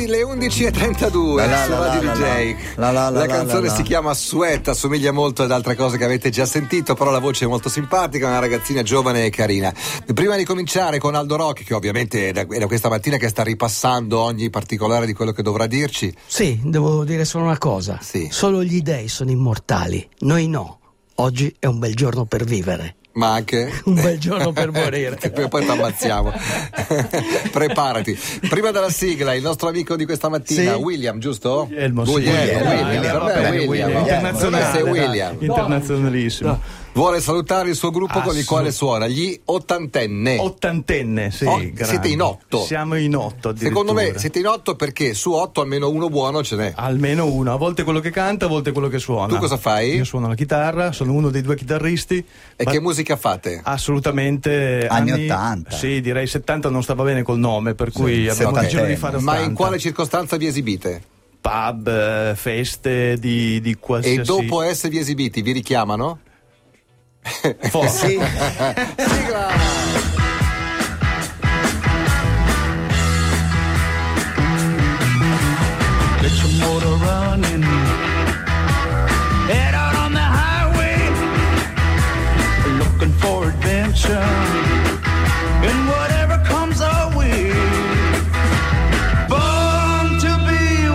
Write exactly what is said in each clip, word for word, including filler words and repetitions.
undici, le undici e trentadue la, su la, Radio la, D J. La, la, la, la canzone la, la, si chiama Sweat, assomiglia molto ad altre cose che avete già sentito, però la voce è molto simpatica, una ragazzina giovane e carina. Prima di cominciare con Aldo Rock, che ovviamente è da, è da questa mattina che sta ripassando ogni particolare di quello che dovrà dirci. Sì, devo dire solo una cosa. Sì. Solo gli dei sono immortali, noi no. Oggi è un bel giorno per vivere. Ma anche un bel giorno per morire. E poi ti ammazziamo. Preparati. Prima della sigla, il nostro amico di questa mattina, sì. William, giusto? Elmo, William, sì. William, William, William, per me William, William, William. internazionale, sei William. Internazionalissimo. No. Vuole salutare il suo gruppo con il quale suona, gli ottantenne. Ottantenne, sì. Oh, siete in otto. Siamo in otto addirittura. Secondo me siete in otto perché su otto almeno uno buono ce n'è. Almeno uno, a volte quello che canta, a volte quello che suona. Tu cosa fai? Io suono la chitarra, sono uno dei due chitarristi. E che musica fate? Assolutamente anni, anni ottanta. Sì, direi settanta, non stava bene col nome, per cui sì, abbiamo okay. deciso di fare ottanta. Ma in quale circostanza vi esibite? Pub, feste di, di qualsiasi... E dopo esservi esibiti vi richiamano? Forse. Sì. Sigla! Get your motor running, head out on the highway, looking for adventure, and whatever comes our way, born to be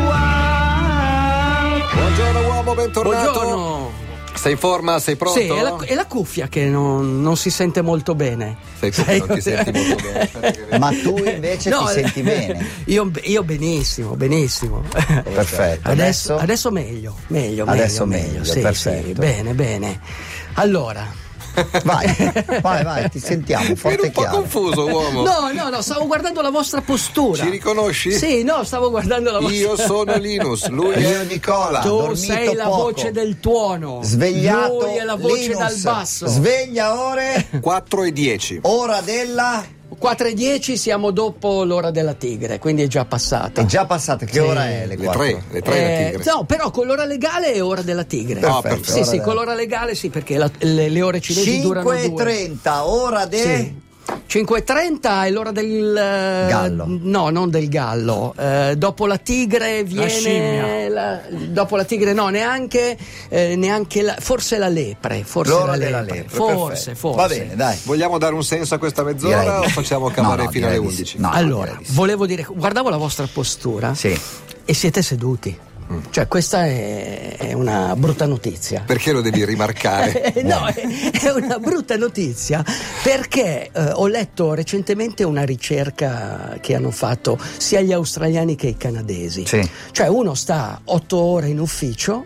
wild. Buongiorno uomo, bentornato. Buongiorno. Sei in forma? Sei pronto? Sì, è la, è la cuffia che non, non si sente molto bene. Sei tu che non ti senti molto bene. Ma tu invece no, ti senti bene? Io, io benissimo, benissimo. Perfetto. Adesso, adesso meglio, meglio, adesso meglio, meglio, meglio. Sì, perfetto. Sì, bene, bene. Allora... Vai, vai, vai, ti sentiamo forte e chiaro. Eri un po' confuso, uomo. No, no, no, stavo guardando la vostra postura. Ci riconosci? Sì, no, stavo guardando la vostra. Io sono Linus, lui è io Nicola. Tu sei la poco. voce del tuono. Svegliato. Lui è la voce Linus. dal basso. Sveglia ore quattro e dieci. Ora della quattro e dieci, siamo dopo l'ora della tigre, quindi è già passata. È già passata, che sì. ora è? Le, le tre, le tre eh, la tigre. No, però con l'ora legale è ora della tigre. No, perfetto. Sì, ora sì, della... con l'ora legale sì, perché la, le, le ore cinesi durano due. cinque e trenta, ora del... Sì. cinque e trenta è l'ora del gallo. No, non del gallo. Eh, dopo la tigre viene la scimmia. La, dopo la tigre no, neanche eh, neanche la, forse la lepre, forse l'ora la della lepre. lepre. Forse, perfetto. forse. Va bene, dai. Vogliamo dare un senso a questa mezz'ora Direi. o facciamo cavare no, no, fino alle di undici? Sì. No, allora, volevo dire, guardavo la vostra postura sì. e siete seduti. Mm. Cioè questa è, è una brutta notizia. Perché lo devi rimarcare? No, è, è una brutta notizia perché eh, ho letto recentemente una ricerca che hanno fatto sia gli australiani che i canadesi. Sì. Cioè uno sta otto ore in ufficio,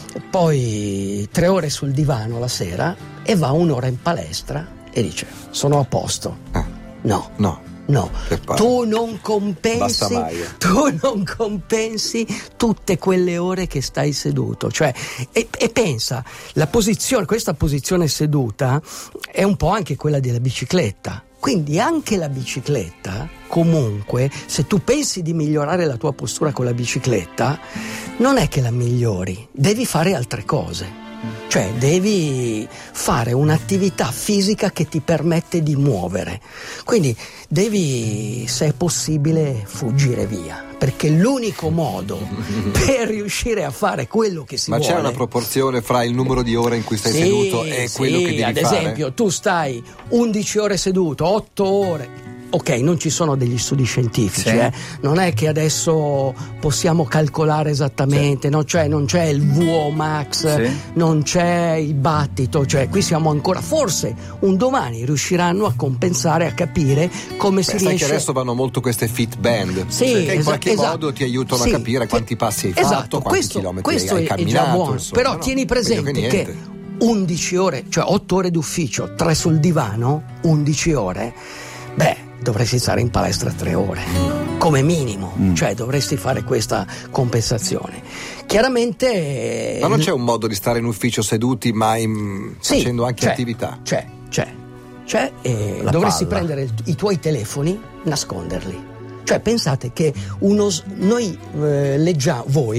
poi tre ore sul divano la sera e va un'ora in palestra e dice sono a posto. Ah. No. No. No, tu non compensi tu non compensi tutte quelle ore che stai seduto, cioè e, e pensa, la posizione, questa posizione seduta è un po' anche quella della bicicletta. Quindi anche la bicicletta, comunque, se tu pensi di migliorare la tua postura con la bicicletta, non è che la migliori, devi fare altre cose. Cioè devi fare un'attività fisica che ti permette di muovere, quindi devi, se è possibile, fuggire via, perché l'unico modo per riuscire a fare quello che si Ma vuole. c'è una proporzione fra il numero di ore in cui stai sì, seduto e sì, quello che devi ad fare? Ad esempio tu stai undici ore seduto, otto ore. Ok, non ci sono degli studi scientifici, sì. eh? Non è che adesso possiamo calcolare esattamente, sì. no? Cioè non c'è il V O max, sì. non c'è il battito, cioè qui siamo ancora, forse un domani riusciranno a compensare, a capire come Beh, si sai riesce. che adesso vanno molto queste fit band, sì, che in esa- qualche esatto. modo ti aiutano sì. a capire quanti passi hai esatto. fatto, quanti questo, chilometri questo hai è, camminato. è già buono, insomma, però no? tieni presente che, che undici ore, cioè otto ore d'ufficio, tre sul divano, undici ore, beh, dovresti stare in palestra tre ore come minimo, mm. cioè dovresti fare questa compensazione. Chiaramente ma non c'è un modo di stare in ufficio seduti ma in... sì, facendo anche c'è, attività? C'è, c'è, c'è e La dovresti palla. prendere il, i tuoi telefoni, nasconderli. Cioè pensate che uno noi eh, leggiamo, voi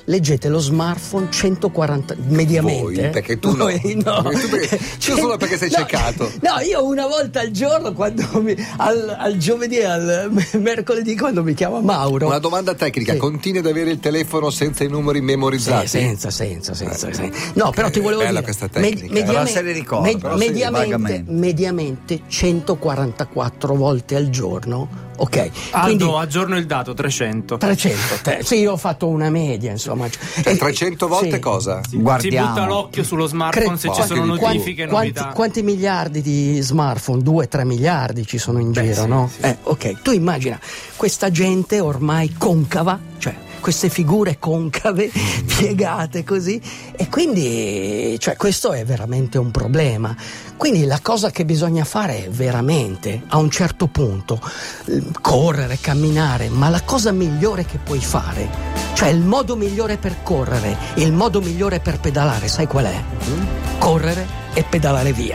leggete lo smartphone centoquaranta mediamente. Voi, perché tu no. Voi no. Perché tu perché, io solo perché sei no, ciecato. No, io una volta al giorno, quando mi, al, al giovedì e al mercoledì, quando mi chiama Mauro. Una domanda tecnica: sì. Continui ad avere il telefono senza i numeri memorizzati? Sì, senza, senza, senza, eh, senza. No, però ti volevo bella dire, questa tecnica. Med- mediamente, se li ricordo, med- però mediamente, sì, mediamente centoquarantaquattro volte al giorno. Ok, Aldo, quindi, aggiorno il dato, trecento. trecento, te, sì, io ho fatto una media, insomma. Cioè, trecento volte sì. cosa? Si, si butta l'occhio sullo smartphone Cre- se ci sono notifiche, quanti, novità. Quanti, quanti miliardi di smartphone? due tre miliardi ci sono in Beh, giro, sì, no? Sì. Eh, ok, tu immagina questa gente ormai concava, cioè queste figure concave piegate così, e quindi cioè, questo è veramente un problema. Quindi la cosa che bisogna fare è veramente a un certo punto correre, camminare, ma la cosa migliore che puoi fare, cioè il modo migliore per correre, il modo migliore per pedalare, sai qual è? Correre e pedalare via.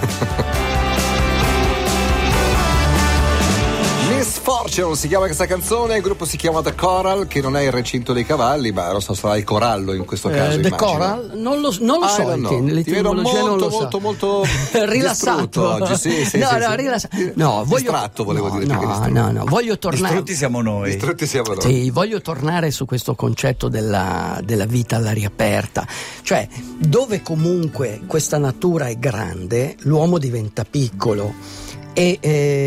Fortune si chiama questa canzone, il gruppo si chiama The Coral, che non è il recinto dei cavalli, ma non so, sarà il corallo in questo caso. Eh, The immagino. Coral? Non lo, non lo ah, so, no, no. Ti vedo molto, non lo molto, so. molto rilassato oggi. Sì, sì, no, sì, no, sì. rilassato. No, voglio, distratto volevo no, dire. No, no, no, voglio tornare. Distrutti siamo noi. Distrutti siamo noi. Sì, voglio tornare su questo concetto della, della vita all'aria aperta, cioè dove comunque questa natura è grande, l'uomo diventa piccolo. E,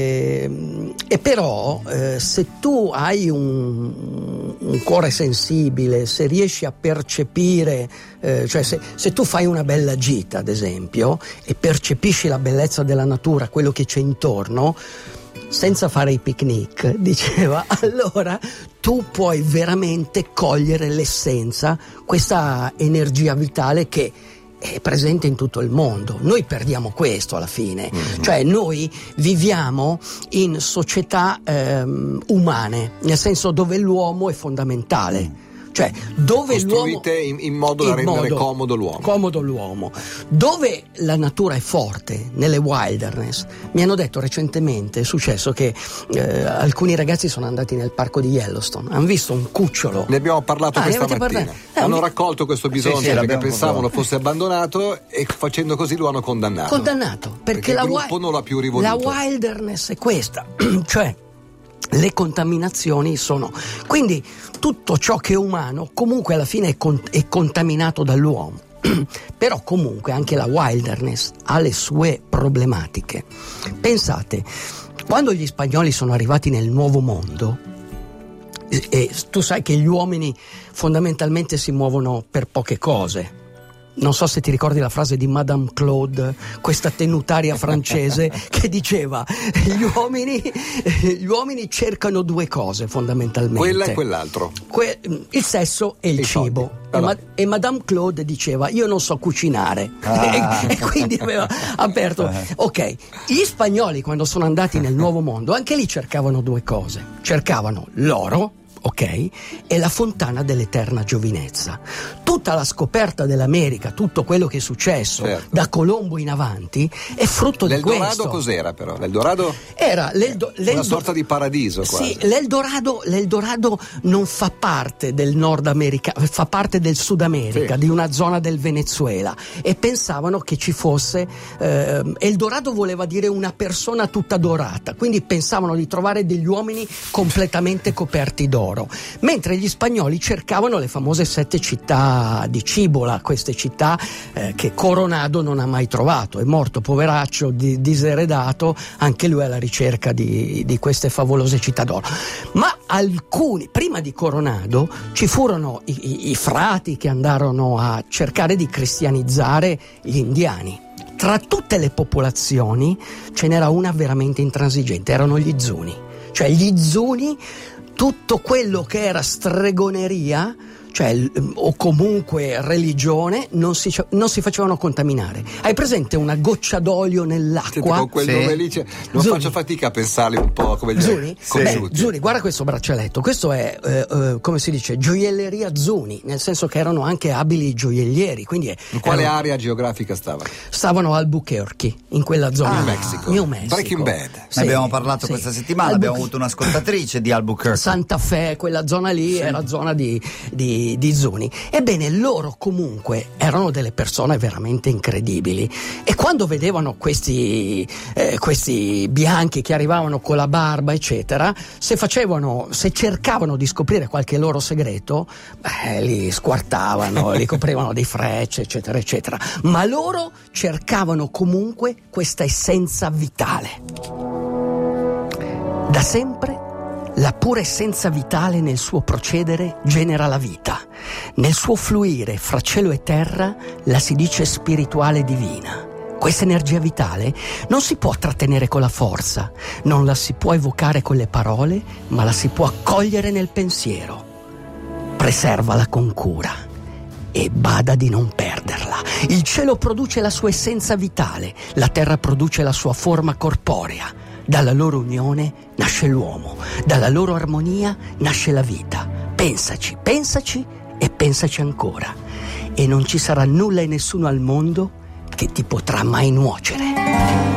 eh, e però eh, se tu hai un, un cuore sensibile, se riesci a percepire, eh, cioè se, se tu fai una bella gita ad esempio e percepisci la bellezza della natura, quello che c'è intorno, senza fare i picnic, diceva, allora tu puoi veramente cogliere l'essenza, questa energia vitale che è presente in tutto il mondo. Noi perdiamo questo alla fine, mm-hmm. cioè noi viviamo in società ehm, umane, nel senso dove l'uomo è fondamentale. Mm. Cioè, dove costruite l'uomo, in, in modo da rendere modo, comodo l'uomo. Comodo l'uomo. Dove la natura è forte, nelle wilderness. Mi hanno detto recentemente, è successo che eh, alcuni ragazzi sono andati nel parco di Yellowstone, hanno visto un cucciolo. Ne abbiamo parlato ah, questa mattina. Eh, hanno mi... raccolto questo bisonte sì, sì, perché pensavano parlato. fosse abbandonato e facendo così lo hanno condannato. Condannato, perché, perché la il gruppo wi- non l'ha più rivoluto. La wilderness è questa, cioè le contaminazioni sono, quindi tutto ciò che è umano comunque alla fine è, con- è contaminato dall'uomo. Però comunque anche la wilderness ha le sue problematiche. Pensate, quando gli spagnoli sono arrivati nel Nuovo Mondo, e, e tu sai che gli uomini fondamentalmente si muovono per poche cose. Non so se ti ricordi la frase di Madame Claude, questa tenutaria francese, che diceva gli uomini, gli uomini cercano due cose fondamentalmente. Quella e quell'altro. Que- il sesso e il I cibo. E, Ma- e Madame Claude diceva io non so cucinare. Ah. e, e quindi aveva aperto. Ok, gli spagnoli quando sono andati nel Nuovo Mondo anche lì cercavano due cose. Cercavano l'oro, ok, e la fontana dell'eterna giovinezza. Tutta la scoperta dell'America, tutto quello che è successo certo. da Colombo in avanti è frutto di questo. L'Eldorado cos'era però? L'Eldorado era l'Eldo, una l'Eldo, sorta di paradiso quasi. Sì, l'Eldorado, l'Eldorado non fa parte del Nord America, fa parte del Sud America, sì. di una zona del Venezuela, e pensavano che ci fosse eh, Eldorado voleva dire una persona tutta dorata, quindi pensavano di trovare degli uomini completamente coperti d'oro, mentre gli spagnoli cercavano le famose sette città di Cibola, queste città eh, che Coronado non ha mai trovato, è morto poveraccio, di, diseredato, anche lui alla ricerca di, di queste favolose città d'oro. Ma alcuni, prima di Coronado ci furono i, i, i frati che andarono a cercare di cristianizzare gli indiani. Tra tutte le popolazioni ce n'era una veramente intransigente, erano gli Zuni. Cioè gli Zuni, tutto quello che era stregoneria, cioè, o comunque religione, non si, non si facevano contaminare. Hai presente una goccia d'olio nell'acqua? Senti, con quel sì. nome lì c'è, non Zuni. faccio fatica a pensarli un po' come gli Zuni? sì. Beh, Zuni, guarda questo braccialetto, questo è eh, eh, come si dice, gioielleria Zuni, nel senso che erano anche abili gioiellieri, quindi è, in quale erano, area geografica stava? stavano a Albuquerque, in quella zona. Ah, New Mexico. New Mexico. Breaking Bad. Sì, Ne abbiamo parlato sì. questa settimana, Albuquerque. abbiamo avuto un'ascoltatrice di Albuquerque. Santa Fe, quella zona lì sì. era zona di, di di, di Zuni. Ebbene, loro comunque erano delle persone veramente incredibili, e quando vedevano questi, eh, questi bianchi che arrivavano con la barba eccetera, se facevano, se cercavano di scoprire qualche loro segreto, beh, li squartavano, li coprivano di frecce eccetera eccetera, ma loro cercavano comunque questa essenza vitale. Da sempre la pura essenza vitale nel suo procedere genera la vita. Nel suo fluire fra cielo e terra la si dice spirituale divina. Questa energia vitale non si può trattenere con la forza, non la si può evocare con le parole, ma la si può accogliere nel pensiero. Preservala con cura e bada di non perderla. Il cielo produce la sua essenza vitale, la terra produce la sua forma corporea. Dalla loro unione nasce l'uomo, dalla loro armonia nasce la vita. Pensaci, pensaci e pensaci ancora. E non ci sarà nulla e nessuno al mondo che ti potrà mai nuocere.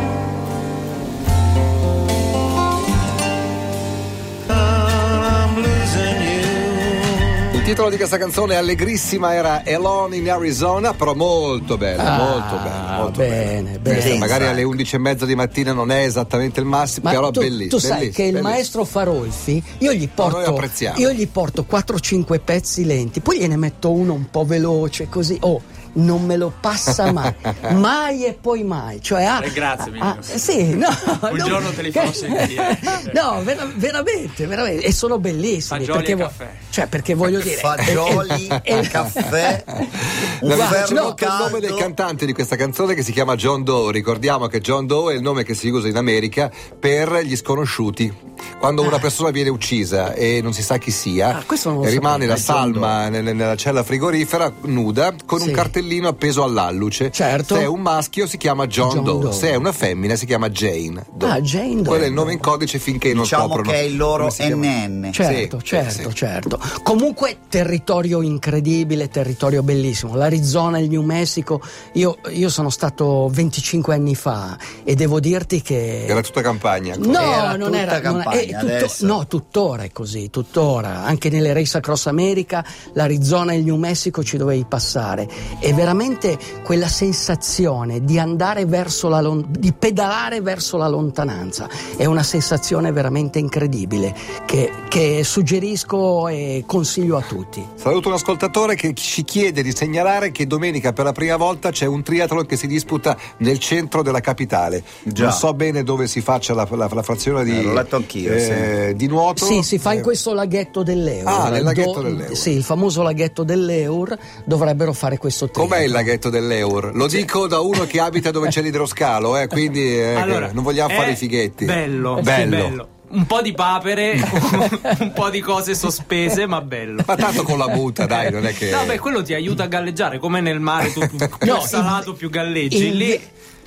Il titolo di questa canzone allegrissima era Alone in Arizona, però molto bella, Ah, molto bella, molto bene, bella. bene. Magari alle undici e mezza di mattina non è esattamente il massimo, Ma però tu, bellissimo. tu sai bellissimo, che il bellissimo. maestro Farolfi, io gli noi porto, apprezziamo. io gli porto quattro cinque pezzi lenti, poi gliene metto uno un po' veloce così, oh, non me lo passa mai, mai e poi mai. Cioè, ah, Eh, grazie, ah, Mimmo. sì, no, Un no, giorno te li farò sentire. No, vera- veramente, veramente, e sono bellissimi. Fagioli perché e vo- caffè. Cioè, perché voglio dire, Fagioli, e- e- caffè, un Guarda, c'è ferro anche il nome del caldo. cantante di questa canzone che si chiama John Doe. Ricordiamo che John Doe è il nome che si usa in America per gli sconosciuti. Quando una persona viene uccisa e non si sa chi sia, Ah, questo non lo e rimane sapevo. la salma nel- nella cella frigorifera nuda con Sì. un cartellino appeso all'alluce. Certo. Se è un maschio si chiama John, John Doe. Doe. se è una femmina si chiama Jane Doe. Ah, Jane Doe. Quello è il nome in codice finché non Diciamo scoprono che è il loro come si chiama. N N. Certo, Sì, certo, sì. certo. Comunque territorio incredibile, territorio bellissimo. L'Arizona e il New Mexico, io, io sono stato venticinque anni fa e devo dirti che... Era tutta campagna ancora. No, Era non tutta era non- campagna, è tutto- adesso. no, tuttora è così, tuttora. Anche nelle Race Across America, l'Arizona e il New Mexico ci dovevi passare. E veramente quella sensazione di andare verso la lon- di pedalare verso la lontananza è una sensazione veramente incredibile che, che suggerisco e consiglio a tutti. Saluto un ascoltatore che ci chiede di segnalare che domenica per la prima volta c'è un triathlon che si disputa nel centro della capitale. Già. Non so bene dove si faccia la, la, la frazione di, Eh, l'ho letto anch'io, eh, di nuoto. Sì, si fa in Eh, questo laghetto dell'Eur. Ah, nel laghetto dell'Eur. Sì, il famoso laghetto dell'Eur, dovrebbero fare questo triathlon. Com'è il laghetto dell'Eur? Lo dico da uno che abita dove c'è l'idroscalo, eh, quindi eh, Allora, che non vogliamo è fare i fighetti. Bello, sì, bello. bello. Un po' di papere, un po' di cose sospese, ma bello. Ma tanto con la muta, dai, non è che. No, beh, quello ti aiuta a galleggiare, come nel mare, tu più No, salato, in- più galleggi. in- Lì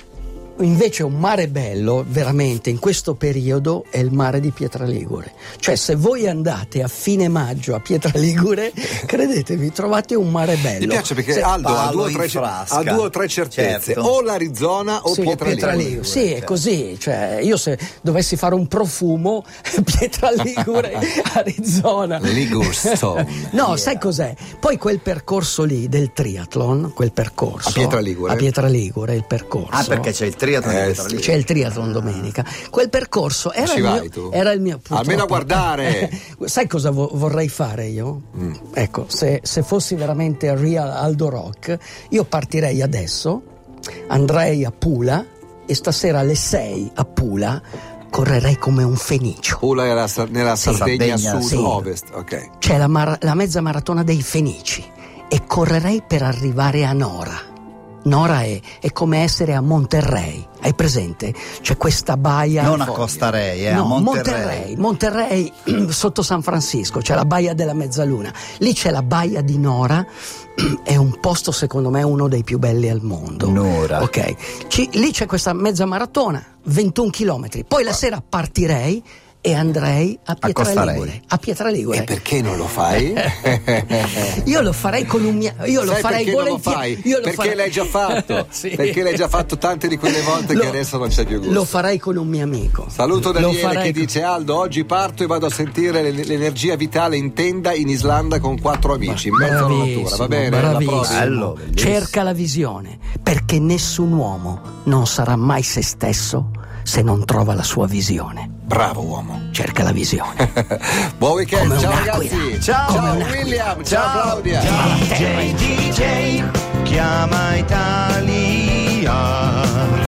Invece un mare bello, veramente, in questo periodo è il mare di Pietraligure. Cioè, se voi andate a fine maggio a Pietraligure, credetemi, trovate un mare bello. Mi piace perché Se- Aldo ha Palo due, o in tre, ce- frasca. ha due o tre certezze, Certo. o l'Arizona o Sì, Pietraligure. Sì, è certo. così. Cioè, io se dovessi fare un profumo, Pietraligure, Arizona. Ligurstone. No, sai cos'è? Poi quel percorso lì del triathlon, quel percorso A Pietraligure? a Pietraligure, il percorso. Ah, perché c'è il triathlon Eh, di sì. Pietraligure. C'è il triathlon domenica. Quel percorso era Ci il vai mio, tu? era il mio purtroppo. Almeno a guardare. Sai cosa vo- vorrei fare io? Mm. Ecco, se, se fossi veramente a Real Aldo Rock, io partirei adesso, andrei a Pula e stasera alle sei a Pula correrei come un fenicio. Pula era sa- nella Sardegna, Sardegna, sud-ovest, ok. C'è la, mar- la mezza maratona dei Fenici e correrei per arrivare a Nora. Nora è, è come essere a Monterrey, hai presente? C'è questa baia. Non a Costa Rey, eh, a no, Monterrey. Monterrey, Monterrey sotto San Francisco, c'è la baia della Mezzaluna. Lì c'è la baia di Nora, è un posto secondo me uno dei più belli al mondo. Nora. Ok, Ci- lì c'è questa mezza maratona, ventuno chilometri. Poi la sera partirei e andrei a Costa Pietraligure. Rei. A Pietraligure. E perché non lo fai? Io lo farei con un mio. Io lo Sai farei perché non lo volentieri. fai? Io lo Perché farei- l'hai già fatto. Sì. Perché l'hai già fatto tante di quelle volte Lo- che adesso non c'è più gusto. Lo farei con un mio amico. Saluto Lo Daniele farei che con- dice: Aldo, oggi parto e vado a sentire l'e- l'energia vitale in tenda in Islanda con quattro amici in mezzo alla natura. Va bene? La bravissimo. prossima. Bello, bellissimo. Cerca la visione, perché nessun uomo non sarà mai se stesso se non trova la sua visione. Bravo uomo. Cerca la visione. Buon weekend, Come ciao un'aquila. ragazzi. Ciao. Ciao Come un'aquila. William, ciao Claudia. D J, D